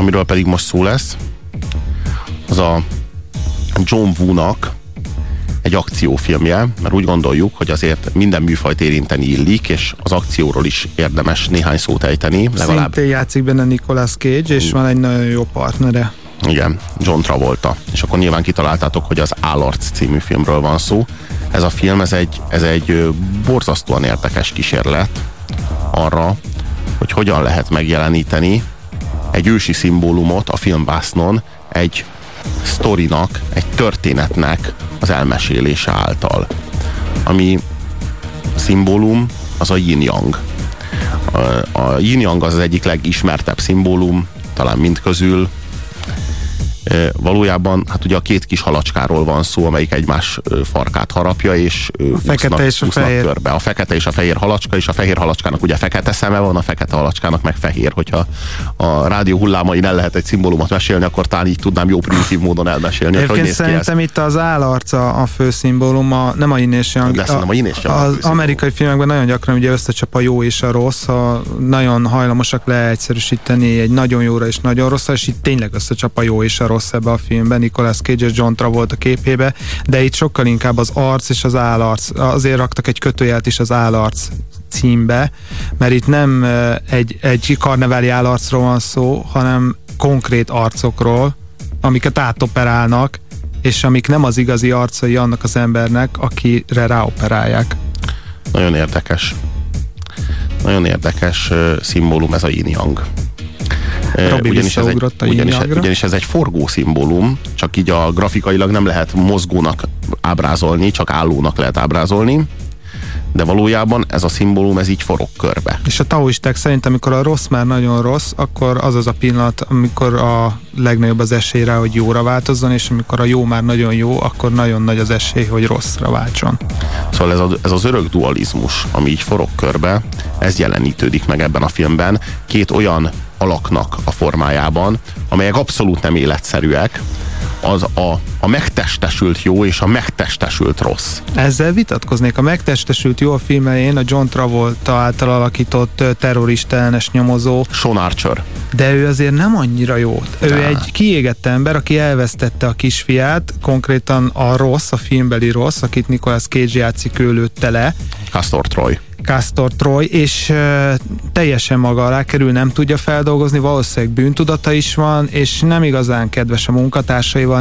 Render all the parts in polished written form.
amiről pedig most szó lesz, az a John Woo-nak egy akciófilmje, mert úgy gondoljuk, hogy azért minden műfajt érinteni illik, és az akcióról is érdemes néhány szót ejteni. Szintén játszik benne Nicolas Cage, és van egy nagyon jó partnere. Igen, John Travolta. És akkor nyilván kitaláltátok, hogy az Állarc című filmről van szó. Ez a film, ez egy borzasztóan érdekes kísérlet arra, hogy hogyan lehet megjeleníteni egy ősi szimbólumot a filmvásznon egy sztorinak, egy történetnek az elmesélése által. Ami szimbólum, az a yin-yang. A yin-yang az egyik legismertebb szimbólum, talán mindközül. Valójában, hát ugye a két kis halacskáról van szó, amelyik egymás farkát harapja, és úsznak körbe. A fekete és a fehér halacska, és a fehér halacskának ugye fekete szeme van, a fekete halacskának meg fehér. Hogyha a rádió hullámain el lehet egy szimbólumot mesélni, akkor talán így tudnám jó primitív módon elmesélni. Egyébként szerintem itt az állarca a fő szimbólum, nem a yin és yang. Az amerikai filmekben nagyon gyakran ugye összecsap a jó és a rossz, nagyon hajlamosak leegyszerűsíteni egy nagyon jóra és nagyon rosszra, és itt tényleg összecsap a jó és a rossz ebbe a filmben, Nicolas Cage és John Travolta képébe, de itt sokkal inkább az arc és az állarc. Azért raktak egy kötőjelt is az állarc címbe, mert itt nem egy karneváli állarcról van szó, hanem konkrét arcokról, amiket átoperálnak, és amik nem az igazi arcai annak az embernek, akire ráoperálják. Nagyon érdekes. Nagyon érdekes szimbólum ez a yin-yang. Ugyanis ez egy forgó szimbólum, csak így a grafikailag nem lehet mozgónak ábrázolni, csak állónak lehet ábrázolni, de valójában ez a szimbólum, ez így forog körbe. És a taoisták szerint, amikor a rossz már nagyon rossz, akkor az az a pillanat, amikor a legnagyobb az esély rá, hogy jóra változzon, és amikor a jó már nagyon jó, akkor nagyon nagy az esély, hogy rosszra váltson. Szóval ez az örök dualizmus, ami így forog körbe, ez jelenítődik meg ebben a filmben, két olyan alaknak a formájában, amelyek abszolút nem életszerűek, az a megtestesült jó és a megtestesült rossz. Ezzel vitatkoznék. A megtestesült jó a film elején a John Travolta által alakított terrorista ellenes nyomozó. Sean Archer. De ő azért nem annyira jó. Ő egy kiégett ember, aki elvesztette a kisfiát, konkrétan a rossz, a filmbeli rossz, akit Nicolas Cage játszik, ő lőtte le. Castor Troy, és teljesen maga alá kerül, nem tudja feldolgozni, valószínűleg bűntudata is van, és nem igazán kedves a munkatársaival,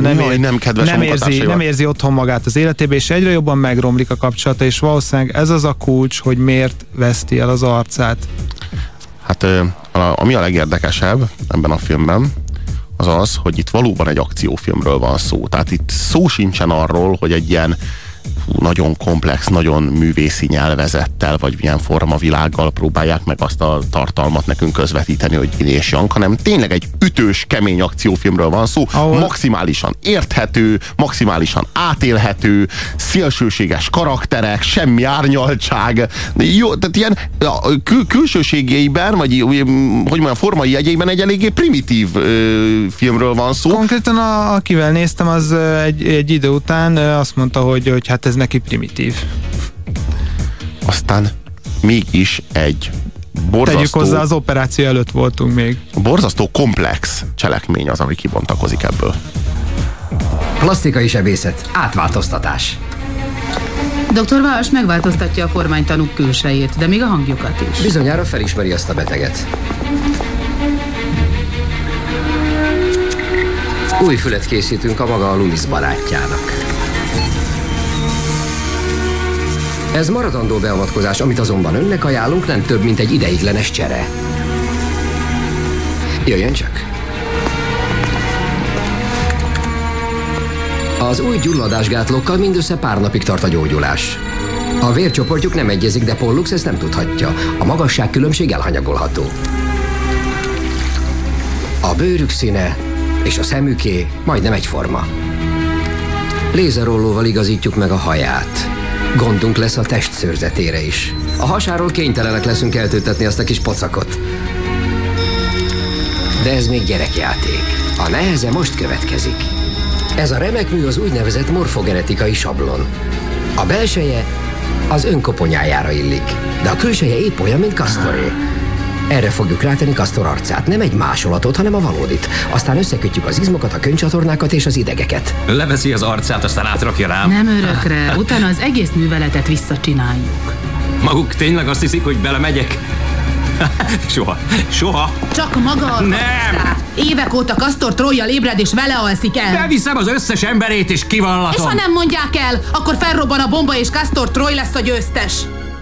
nem érzi otthon magát az életébe, és egyre jobban megromlik a kapcsolata, és valószínűleg ez az a kulcs, hogy miért veszti el az arcát. Hát ami a legérdekesebb ebben a filmben, az az, hogy itt valóban egy akciófilmről van szó. Tehát itt szó sincsen arról, hogy egy ilyen nagyon komplex, nagyon művészi nyelvezettel, vagy milyen formavilággal próbálják meg azt a tartalmat nekünk közvetíteni, hogy yin és yang, hanem tényleg egy ütős, kemény akciófilmről van szó, maximálisan érthető, maximálisan átélhető, szélsőséges karakterek, semmi árnyaltság, jó, tehát ilyen külsőségeiben, vagy hogy mondjam, formai jegyeiben egy eléggé primitív filmről van szó. Konkrétan akivel néztem, az egy idő után azt mondta, hogy hát ez neki primitív. Aztán mégis egy borzasztó... Tegyük hozzá, az operáció előtt voltunk még. Borzasztó komplex cselekmény az, ami kibontakozik ebből. Plastikai sebészet, átváltoztatás. Dr. Walsh megváltoztatja a kormánytanúk külsejét, de még a hangjukat is. Bizonyára felismeri azt a beteget. Új fület készítünk a maga a Loomis barátjának. Ez maradandó beavatkozás, amit azonban önnek ajánlunk, nem több, mint egy ideiglenes csere. Jöjjön csak! Az új gyulladásgátlókkal mindössze pár napig tart a gyógyulás. A vércsoportjuk nem egyezik, de Pollux ezt nem tudhatja. A magasságkülönbség elhanyagolható. A bőrük színe és a szemüké majdnem egyforma. Lézerollóval igazítjuk meg a haját. Gondunk lesz a testszőrzetére is. A hasáról kénytelenek leszünk eltüntetni azt a kis pocakot. De ez még gyerekjáték. A neheze most következik. Ez a remek mű az úgynevezett morfogenetikai sablon. A belseje az önkoponyájára illik, de a külseje épp olyan, mint Castoré. Erre fogjuk rátenni Castor arcát, nem egy másolatot, hanem a valódit. Aztán összekötjük az izmokat, a könycsatornákat és az idegeket. Leveszi az arcát, aztán átrakja rám. Nem örökre, utána az egész műveletet visszacsináljuk. Maguk tényleg azt hiszik, hogy belemegyek? Soha. Csak maga nem! Évek óta Castor Troy-jal ébred és vele alszik el. Beviszem az összes emberét és kivallatom. És ha nem mondják el, akkor felrobban a bomba és Castor Troy lesz a győztes.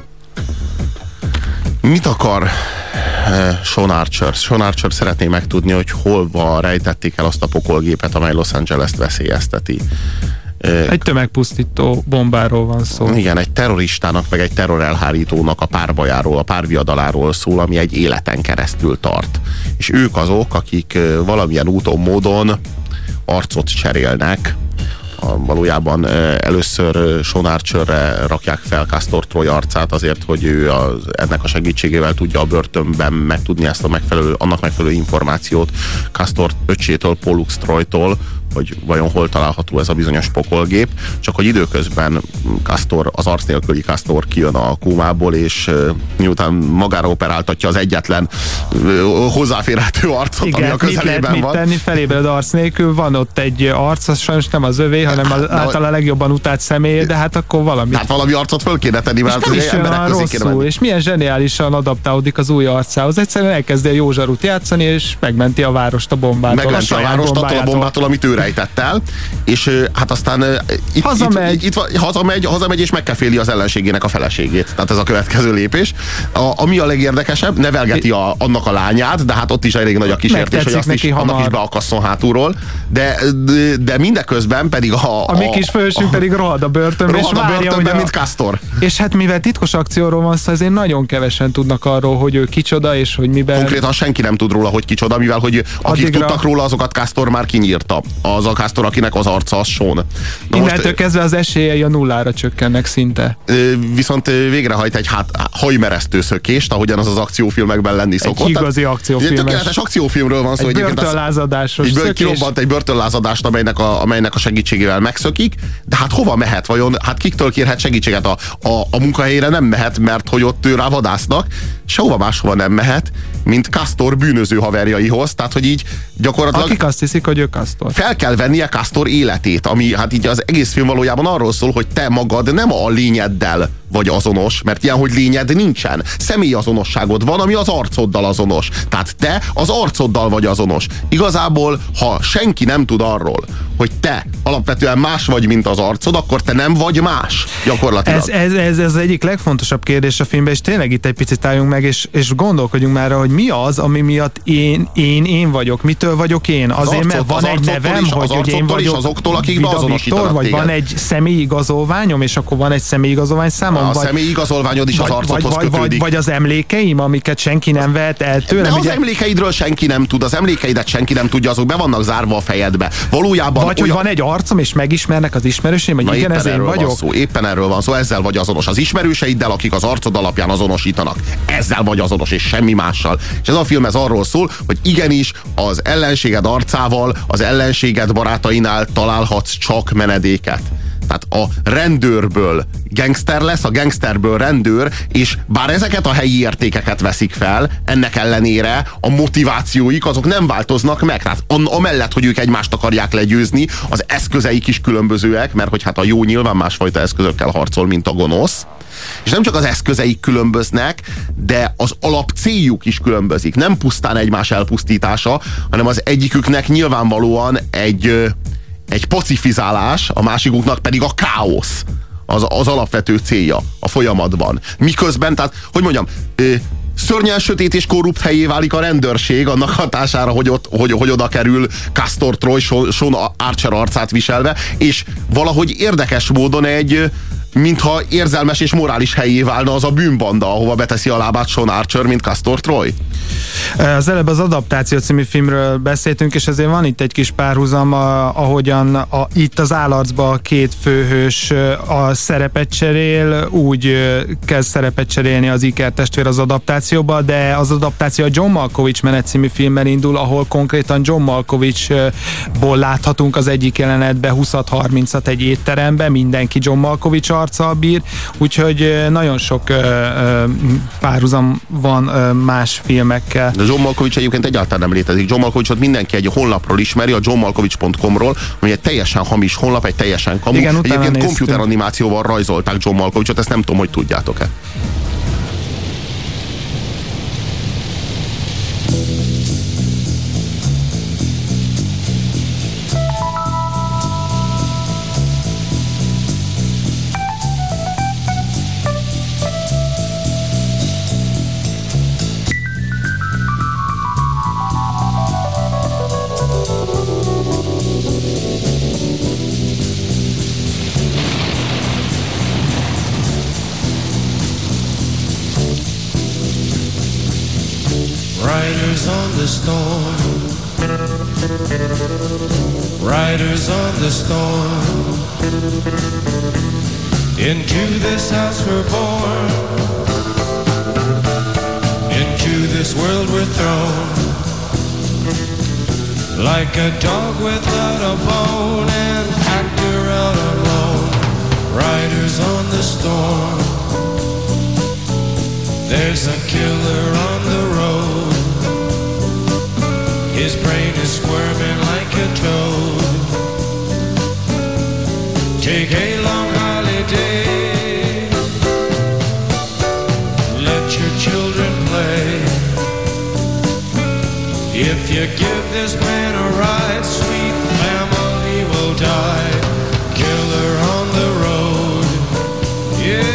Mit akar Sean Archer? Sean Archer szeretné megtudni, hogy hol rejtették el azt a pokolgépet, amely Los Angeles-t veszélyezteti. Egy tömegpusztító bombáról van szó. Igen, egy terroristának, meg egy terrorelhárítónak a párbajáról, a párviadaláról szól, ami egy életen keresztül tart. És ők azok, akik valamilyen úton, módon arcot cserélnek. Valójában először Sean Archerre rakják fel Castor Troy arcát azért, hogy ő ennek a segítségével tudja a börtönben megtudni ezt annak megfelelő információt Castor öccsétől, Pollux Troytól, hogy vajon hol található ez a bizonyos pokolgép, csak hogy időközben az arc nélküli Castor kijön a kómából, és miután magára operáltatja az egyetlen hozzáférhető arcot, igen, ami a közelében van. Tenni, felébred arc nélkül, van ott egy arc, az sajnos nem az övé, hanem által a legjobban utált személy, de hát akkor valami. Hát valami arcot föl kéne tenni, mert az emberek közé kéne menni. És milyen zseniálisan adaptálódik az új arcához. Egyszerűen elkezdi a jó zsarút játszani, és megmenti a várost a bombától. Megmenti a várost attól a bombától, amit ő rejtett el, és hát aztán hazamegy, és megkeféli az ellenségének a feleségét. Tehát ez a következő lépés. Ami a legérdekesebb, nevelgeti annak a lányát, de hát ott is elég nagy a kísértés, hogy annak is beakasszon hátulról. De mindeközben pedig a mi kis fősünk pedig rohad a börtönbe, és várja, mint Castor. És hát mivel titkos akcióról van szó, ezért nagyon kevesen tudnak arról, hogy ő kicsoda, és hogy miben. Konkrétan senki nem tud róla, hogy kicsoda, mivel hogy akik tudtak róla, azokat Castor már kinyírta. Az a Castor, akinek az arca az Sean. Innentől kezdve az esélyei a nullára csökkennek szinte. Viszont végrehajt egy hajmeresztő szökést, ahogyan az akciófilmekben lenni szokott. Egy igazi akciófilmes. Egy tökéletes akciófilmről van szó. Egy börtönlázadásos szökés. Kirobbant egy börtönlázadást, amelynek a segítségével megszökik, de hát hova mehet vajon? Hát kiktől kérhet segítséget? A munkahelyére nem mehet, mert hogy ott rá vadásznak, sehova máshova nem mehet, mint Castor bűnöző haverjaihoz, tehát hogy így gyakorlatilag... Akik azt hiszik, hogy ő Castor. Fel kell vennie Castor életét, ami hát így az egész film valójában arról szól, hogy te magad nem a lényeddel vagy azonos, mert ilyen, hogy lényed nincsen. Személyazonosságod van, ami az arcoddal azonos. Tehát te az arcoddal vagy azonos. Igazából, ha senki nem tud arról, hogy te alapvetően más vagy, mint az arcod, akkor te nem vagy más, gyakorlatilag. Ez az egyik legfontosabb kérdés a filmben, és tényleg itt egy picit álljunk meg, és gondolkodjunk már, hogy mi az, ami miatt én vagyok. Mitől vagyok én? Azért, mert van egy nevem, hogy én vagyok azoktól, akik beazonosítanak vagy téged. van egy személyigazolványom, és akkor van egy személyigazolvány számom. A személyigazolványod is az arcodhoz kötődik. Vagy az emlékeim, amiket senki nem vehet el tőlem. De az emlékeidről senki nem tud, az emlékeidet senki nem tudja, azok be vannak zárva a fejedbe. Valójában vagy hogy van egy arcom, és megismernek az ismerőseim, hogy igen, ez én vagyok. Éppen erről van szó, ezzel vagy azonos az ismerőseiddel, akik az arcod alapján azonosítanak. Ezzel vagy azonos, és semmi mással. És ez a film arról szól, hogy igenis az ellenséged arcával, az ellenséged barátainál találhatsz csak menedéket. Tehát a rendőrből gangster lesz, a gangsterből rendőr, és bár ezeket a helyi értékeket veszik fel, ennek ellenére a motivációik azok nem változnak meg. Tehát amellett, hogy ők egymást akarják legyőzni, az eszközeik is különbözőek, mert hogy hát a jó nyilván másfajta eszközökkel harcol, mint a gonosz. És nem csak az eszközeik különböznek, de az alapcéljuk is különbözik. Nem pusztán egymás elpusztítása, hanem az egyiküknek nyilvánvalóan egy pacifizálás, a másikuknak pedig a káosz az alapvető célja a folyamatban. Miközben, tehát, hogy mondjam, szörnyen sötét és korrupt helyé válik a rendőrség annak hatására, hogy oda kerül Castor Troy Sean Archer arcát viselve, és valahogy érdekes módon mintha érzelmes és morális helyé válna az a bűnbanda, ahova beteszi a lábát Sean Archer, mint Castor Troy. Az előbb az Adaptáció című filmről beszéltünk, és ezért van itt egy kis párhuzam, ahogyan itt az Állarcban a két főhős a szerepet cserél, úgy kezd szerepet cserélni az ikertestvér az Adaptációba, de az Adaptáció a John Malkovich menet című filmmel indul, ahol konkrétan John Malkovichból láthatunk az egyik jelenetben 20-30-at egy étteremben, mindenki John Malkovich arccal bír, úgyhogy nagyon sok párhuzam van más filmekkel. De John Malkovich egyébként egyáltalán nem létezik. John Malkovichot mindenki egy honlapról ismeri, a johnmalkovich.com-ról, ami egy teljesen hamis honlap, egy teljesen kamu. Igen, egyébként komputeranimációval rajzolták John Malkovichot, ezt nem tudom, hogy tudjátok-e. Riders on the storm, riders on the storm. Into this house we're born, into this world we're thrown. Like a dog without a bone, an actor out alone. Riders on the storm. There's a killer on the road. His brain is squirming like a toad. Take a long holiday. Let your children play. If you give this man a ride, sweet family will die. Killer on the road. Yeah.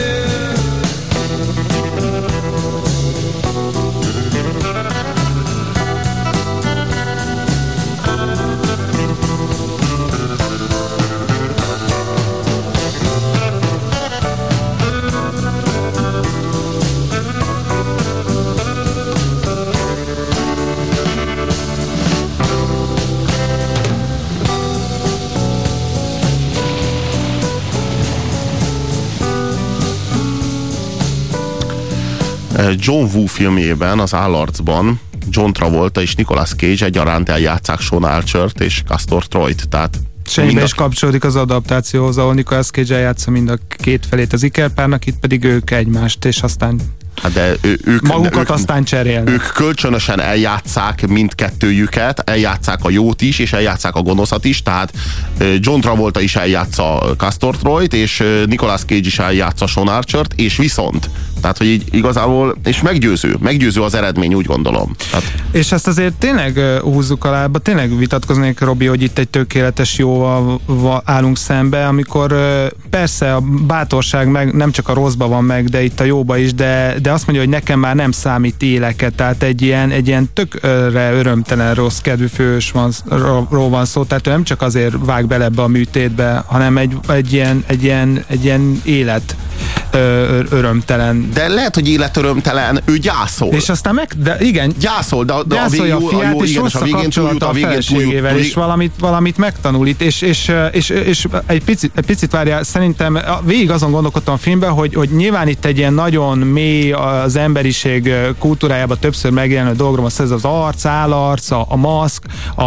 John Woo filmjében, az Állarcban John Travolta és Nicolas Cage egyaránt eljátszák Sean Archert és Castor Troyt, tehát Semmibe is kapcsolódik az adaptációhoz, ahol Nicolas Cage eljátsza mind a két felét az ikerpárnak, itt pedig ők egymást, és aztán hát de magukat aztán cserélnek. Ők kölcsönösen eljátszák mindkettőjüket, eljátszák a jót is, és eljátszák a gonoszat is, tehát John Travolta is eljátsza Castor Troyt, és Nicolas Cage is eljátsza Sean Archert, és viszont, tehát hogy így igazából, és meggyőző az eredmény, úgy gondolom. Tehát... És ezt azért tényleg húzzuk alába, tényleg vitatkoznék, Robi, hogy itt egy tökéletes jóval állunk szembe, amikor persze a bátorság meg nem csak a rosszba van meg, de itt a jóba is, de azt mondja, hogy nekem már nem számít éleket, tehát egy ilyen tökre örömtelen rossz kedvű főhősről van szó, tehát ő nem csak azért vág bele ebbe a műtétbe, hanem egy ilyen élet örömtelen. De lehet, hogy életörömtelen, ő gyászol. És aztán igen. Gyászol, de gyászolja a fiát, és rossz a kapcsolata a feleségével, és valamit megtanul itt, és egy picit várjál, szerintem végig azon gondolkodtam a filmben, hogy nyilván itt egy ilyen nagyon mély, az emberiség kultúrájában többször megjelenő dologról van, ez az arc, állarc, a maszk,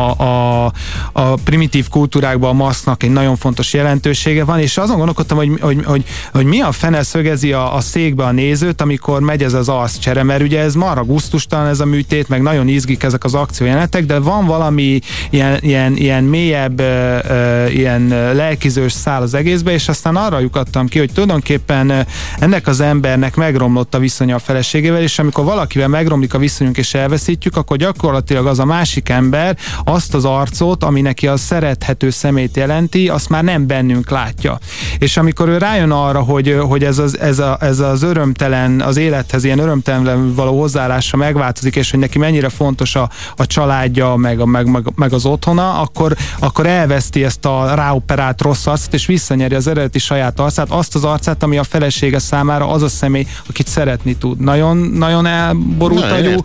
a primitív kultúrákban a maszknak egy nagyon fontos jelentősége van, és azon gondolkodtam, hogy mi a fene szögezi a székbe a nézőt, amikor megy ez az arccsere, mert ugye ez marha gusztustalan ez a műtét, meg nagyon izgik ezek az akciójelenetek, de van valami ilyen mélyebb, ilyen lelkizős szál az egészbe, és aztán arra lyukadtam ki, hogy tulajdonképpen ennek az embernek megromlott a viszonya a feleségével, és amikor valakivel megromlik a viszonyunk és elveszítjük, akkor gyakorlatilag az a másik ember azt az arcot, ami neki a szerethető szemét jelenti, azt már nem bennünk látja. És amikor ő rájön arra, hogy ez az örömtelen, az élethez ilyen örömtelen való hozzáállása megváltozik, és hogy neki mennyire fontos a családja, meg az otthona, akkor elveszti ezt a ráoperált rossz arcát, és visszanyeri az eredeti saját arcát, azt az arcát, ami a felesége számára az a személy, akit szeretni tud. Nagyon elborult a jó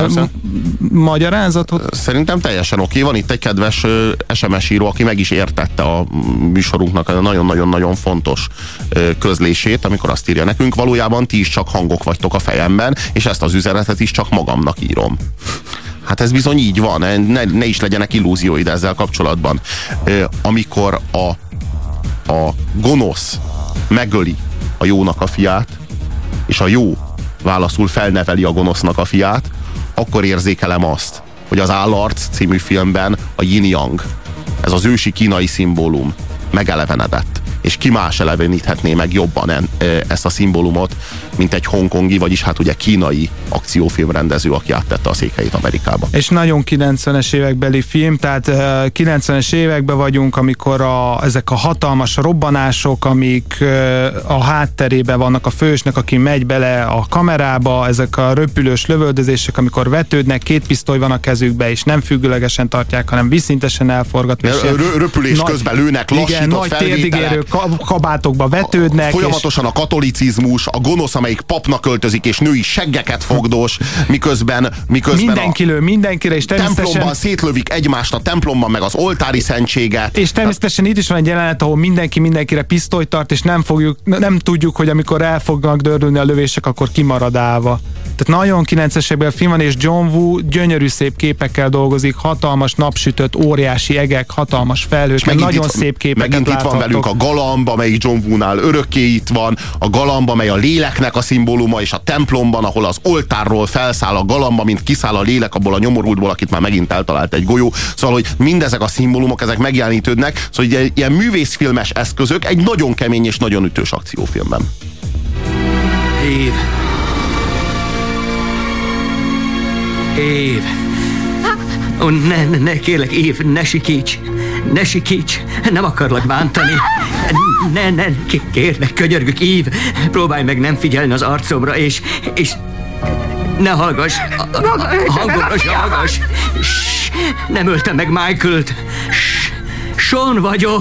magyarázatot. Szerintem teljesen oké. Van itt egy kedves SMS író, aki meg is értette a műsorunknak a nagyon-nagyon-nagyon fontos közlését, amikor azt írja nekünk, valójában ti is csak hangok vagytok a fejemben, és ezt az üzenetet is csak magamnak írom. Hát ez bizony így van, ne is legyenek illúzióid ezzel kapcsolatban. Amikor a gonosz megöli a jónak a fiát, és a jó válaszul felneveli a gonosznak a fiát, akkor érzékelem azt, hogy az Állarc című filmben a yin-yang, ez az ősi kínai szimbólum megelevenedett. És ki más eleveníthetné meg jobban ezt a szimbólumot, mint egy hongkongi, vagyis hát ugye kínai akciófilmrendező, aki áttette a székhelyét Amerikába. És nagyon 90-es évekbeli film, tehát 90-es években vagyunk, amikor ezek a hatalmas robbanások, amik a hátterében vannak a fősnek, aki megy bele a kamerába, ezek a röpülős lövöldözések, amikor vetődnek, 2 pisztoly van a kezükbe, és nem függőlegesen tartják, hanem vízszintesen elforgatva. Röpülés közben lőnek, lassított felvételek. Kabátokba vetődnek. Folyamatosan a katolicizmus, a gonosz, amelyik papnak öltözik, és női seggeket fogdos, miközben mindenki lő mindenkire, és természetesen templomban szétlövik egymást a templomban, meg az oltári szentséget. És természetesen itt is van egy jelenet, ahol mindenki mindenkire pisztolyt tart, és nem tudjuk, hogy amikor el fognak dördülni a lövések, akkor kimarad állva. Tehát nagyon 90-es években film van, és John Woo gyönyörű szép képekkel dolgozik, hatalmas napsütött, óriási egek, hatalmas felhők, nagyon szép képeket megint itt van velünk a galamb, amelyik John Woo-nál örökké itt van, a galamb, amely a léleknek a szimbóluma, és a templomban, ahol az oltárról felszáll a galamba, mint kiszáll a lélek abból a nyomorultból, akit már megint eltalált egy golyó. Szóval, hogy mindezek a szimbólumok, ezek megjelenítődnek, szóval ilyen művészfilmes eszközök egy nagyon kemény és nagyon ütős akciófilmben. Év. Ó, ne, kérlek, Év, ne sikíts, nem akarlak bántani. Ne, kérlek, könyörgök, Év, próbálj meg nem figyelni az arcomra, és ne hallgass, hangomra se hallgass. Nem öltem meg Michaelt. Sean vagyok.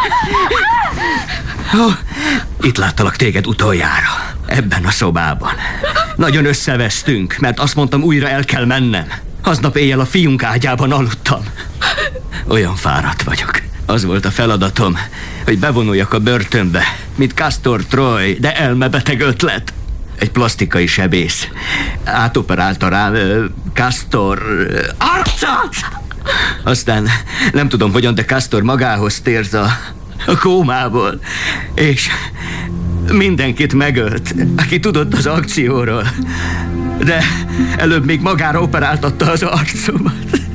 Itt láttalak téged utoljára, ebben a szobában. Nagyon összevesztünk, mert azt mondtam, újra el kell mennem. Aznap éjjel a fiunk ágyában aludtam. Olyan fáradt vagyok. Az volt a feladatom, hogy bevonuljak a börtönbe, mint Castor Troy, de elmebeteg ötlet. Egy plastikai sebész átoperálta rám Castor arcát! Aztán nem tudom hogyan, de Castor magához tért a kómából, és mindenkit megölt, aki tudott az akcióról. De előbb még magára operáltatta az arcomat.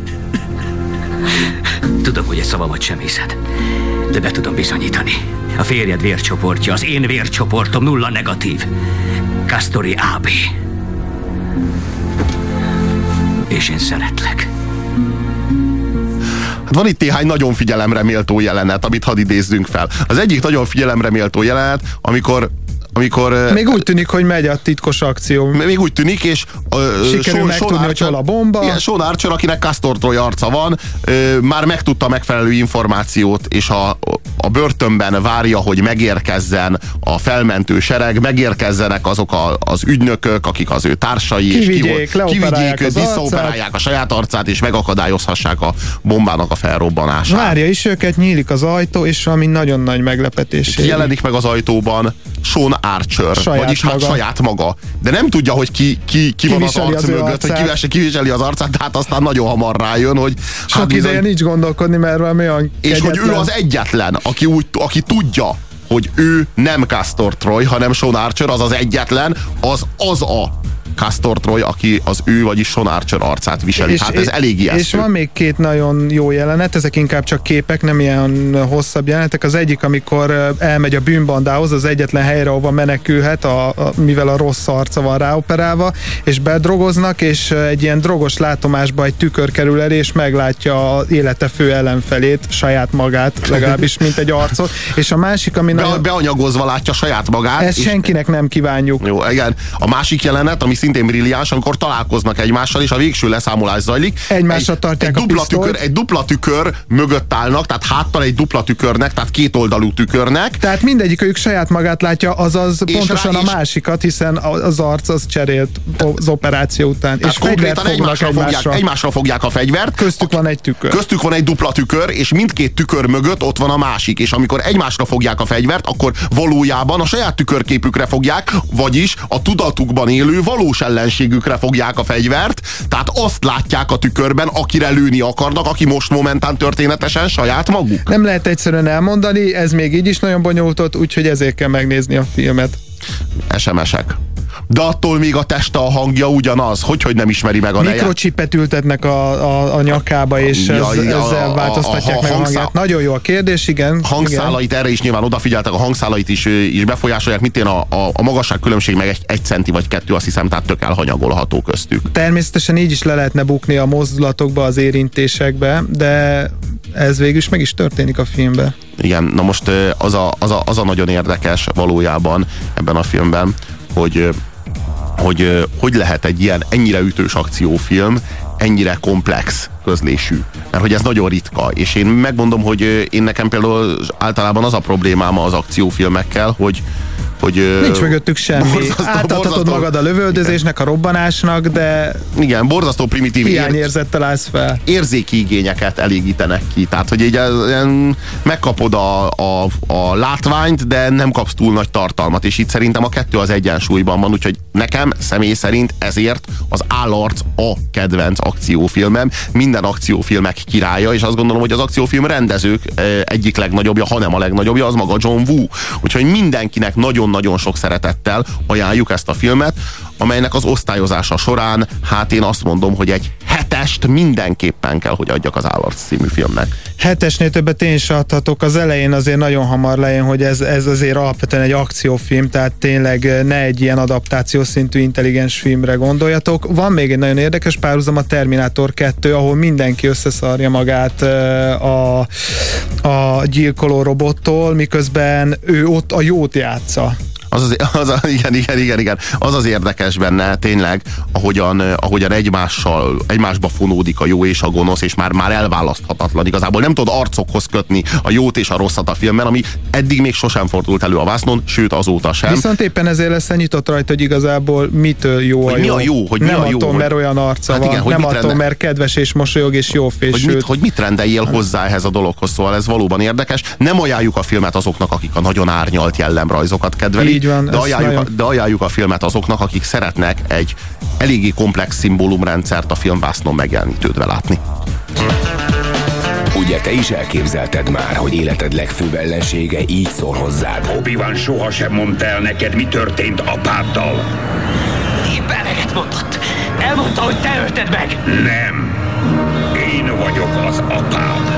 Tudom, hogy a szavamat sem hiszed, de be tudom bizonyítani. A férjed vércsoportja, az én vércsoportom nulla negatív. Castori AB. És én szeretlek. Hát van itt néhány nagyon figyelemre méltó jelenet, amit hadd idézzünk fel. Az egyik nagyon figyelemre méltó jelenet, amikor még úgy tűnik, hogy megy a titkos akció. Még úgy tűnik, és sikerül megtudni, hogy hol a bomba. Igen, Sean Archer, akinek Castor Troy arca van, már megtudta megfelelő információt, és a börtönben várja, hogy megérkezzen a felmentő sereg, megérkezzenek azok az ügynökök, akik az ő társai, kivigyék, őt, visszaoperálják a saját arcát, és megakadályozhassák a bombának a felrobbanását. Várja is őket, nyílik az ajtó, és valami nagyon nagy meglepetés. Jelenik meg az ajtóban Sean Archer, vagyis saját maga. De nem tudja, hogy ki van az arc mögött, hogy kiviseli az arcát, de hát aztán nagyon hamar rájön, hogy sok ideje nincs gondolkodni, mert valami olyan és hogy ő az egyetlen, aki tudja, hogy ő nem Castor Troy, hanem Sean Archer, az egyetlen, az a Castor Troy, aki az ő, vagyis Sean Archer arcát viseli. Hát ez elég ijesztő. És van még 2 nagyon jó jelenet, ezek inkább csak képek, nem ilyen hosszabb jelenetek. Az egyik, amikor elmegy a bűnbandához, az egyetlen helyre, ahova menekülhet, mivel a rossz arca van ráoperálva, és bedrogoznak, és egy ilyen drogos látomásba egy tükör kerül elé, és meglátja az élete fő ellenfelét, saját magát, legalábbis, mint egy arcot. És a másik, ami beanyagozva látja saját magát. Ezt senkinek nem kívánjuk. Jó, igen. A másik jelenet, ami szintén brilliáns, amikor találkoznak egymással, és a végső leszámolás zajlik. Egymásra tartják a pisztolyt. Egy dupla tükör mögött állnak, tehát háttal egy dupla tükörnek, tehát 2 oldalú tükörnek. Tehát mindegyikük saját magát látja, azaz pontosan a másikat, hiszen az arc az cserélt az operáció után. Tehát és konkrétan egymásra fogják a fegyvert. Köztük van egy tükör. Köztük van egy dupla tükör, és mindkét tükör mögött ott van a másik. És amikor egymásra fogják a fegyvert, akkor valójában a saját tükörképükre fogják, vagyis a tudatukban élő valós valós ellenségükre fogják a fegyvert, tehát azt látják a tükörben, akire lőni akarnak, aki most momentán történetesen saját maguk. Nem lehet egyszerűen elmondani, ez még így is nagyon bonyolult, úgyhogy ezért kell megnézni a filmet. SMS-ek. De attól még a teste, a hangja ugyanaz, hogy nem ismeri meg a neját. Mikrocsipet ültetnek a nyakába, és ezzel változtatják meg a hangját. Nagyon jó a kérdés, igen. Hangszálait, erre is nyilván odafigyeltek, a hangszálait is befolyásolják, mit én a magasság különbség meg egy centi vagy 2, azt hiszem, tehát tök elhanyagolható köztük. Természetesen így is le lehetne bukni a mozdulatokba, az érintésekbe, de ez végül is meg is történik a filmben. Igen, na most az a nagyon érdekes valójában ebben a filmben, hogy lehet egy ilyen ennyire ütős akciófilm ennyire komplex közlésű. Mert hogy ez nagyon ritka. És én megmondom, hogy én nekem például általában az a problémám az akciófilmekkel, hogy nincs mögöttük semmi. Átadhatod magad a lövöldözésnek, a robbanásnak, de igen, borzasztó primitív hiányérzettel állsz fel. Érzéki igényeket elégítenek ki. Tehát, hogy így megkapod a látványt, de nem kapsz túl nagy tartalmat, és itt szerintem a kettő az egyensúlyban van, úgyhogy nekem személy szerint ezért az Állarc a kedvenc akciófilmem, minden akciófilmek királya, és azt gondolom, hogy az akciófilm rendezők egyik legnagyobbja, hanem a legnagyobbja, az maga John Woo. Úgyhogy mindenkinek nagyon-nagyon sok szeretettel ajánljuk ezt a filmet, amelynek az osztályozása során, hát én azt mondom, hogy egy 7-est mindenképpen kell, hogy adjak az Állarc című filmnek. 7-esnél többet én is adhatok. Az elején azért nagyon hamar lejön, hogy ez azért alapvetően egy akciófilm, tehát tényleg ne egy ilyen adaptációs szintű intelligens filmre gondoljatok. Van még egy nagyon érdekes párhuzam, a Terminátor 2, ahol mindenki összeszarja magát a gyilkoló robottól, miközben ő ott a jót játsza. Igen. Az az érdekes benne, tényleg, ahogyan egymásba fonódik a jó és a gonosz, és már elválaszthatatlan. Igazából nem tudod arcokhoz kötni a jót és a rosszat a filmben, ami eddig még sosem fordult elő a vásznon, sőt azóta sem. Viszont éppen ezért lesz nyitott rajta, hogy igazából mitől jó a jó. Nem attól, mert olyan arca van, nem attól, mert kedves és mosolyog és jó fésült. Hogy mit rendeljél hozzá ehhez a dologhoz, szóval ez valóban érdekes. Nem ajánljuk a filmet azoknak, akik a nagyon árnyalt jellemrajzokat kedvelik. Van, de ajánljuk a filmet azoknak, akik szeretnek egy eléggé komplex szimbólumrendszert a filmvásznon megjelenítődve látni. Ugye te is elképzelted már, hogy életed legfőbb ellensége így szól hozzád? Obi-Wan sohasem mondta el neked, mi történt apáddal. Éppen eleget mondott. Elmondta, hogy te ölted meg. Nem. Én vagyok az apád.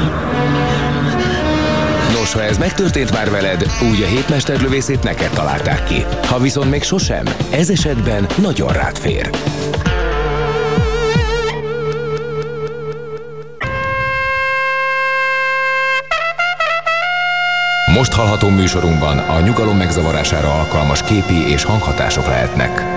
Nos, ha ez megtörtént már veled, úgy a hétmesterlövészét neked találták ki. Ha viszont még sosem, ez esetben nagyon rád fér. Most hallható műsorunkban a nyugalom megzavarására alkalmas képi és hanghatások lehetnek.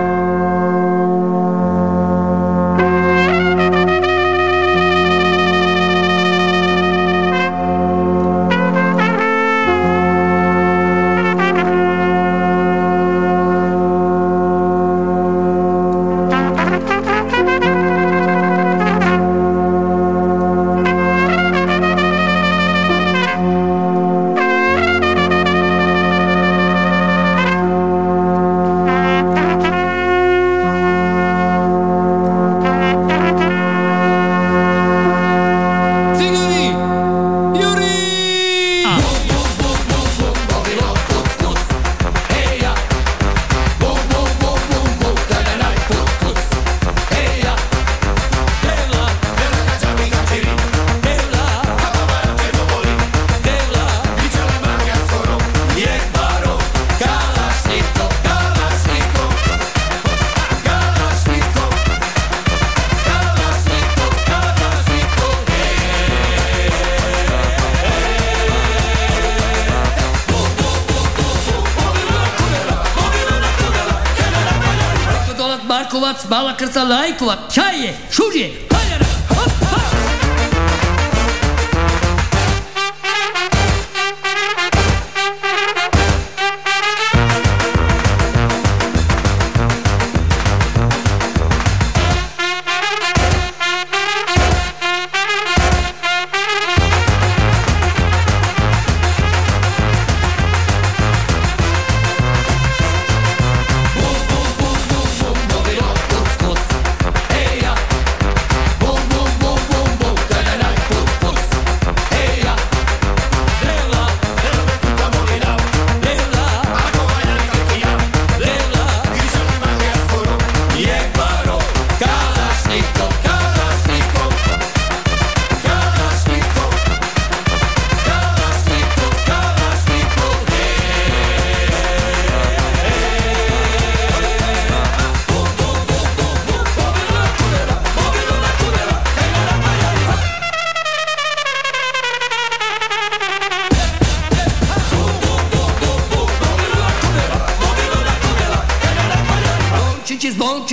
Markovac, Balakrca, Lajkovac, Čaje, Šurje, Hajara, hop, hop!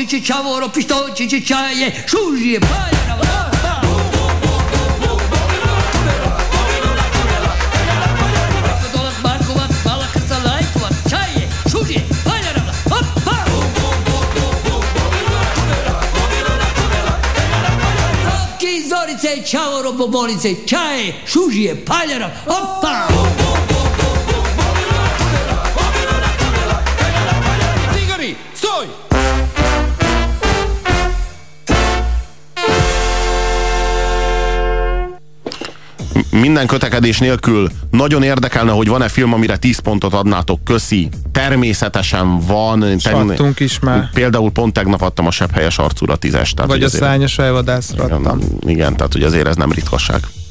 Pistoci, ciavoro, pistoci, ciaie, sushi, pagliara. Ciao robobolice, čaje, šužije, paljara, opa! Cigari, stoj! Minden kötekedés nélkül nagyon érdekelne, hogy van-e film, amire 10 pontot adnátok. Köszi. Természetesen van. Adtunk is már. Például pont tegnap adtam a sebhelyes arcúra 10-est. Vagy a szányos elvadászra adtam. Igen, tehát hogy azért ez nem ritkaság.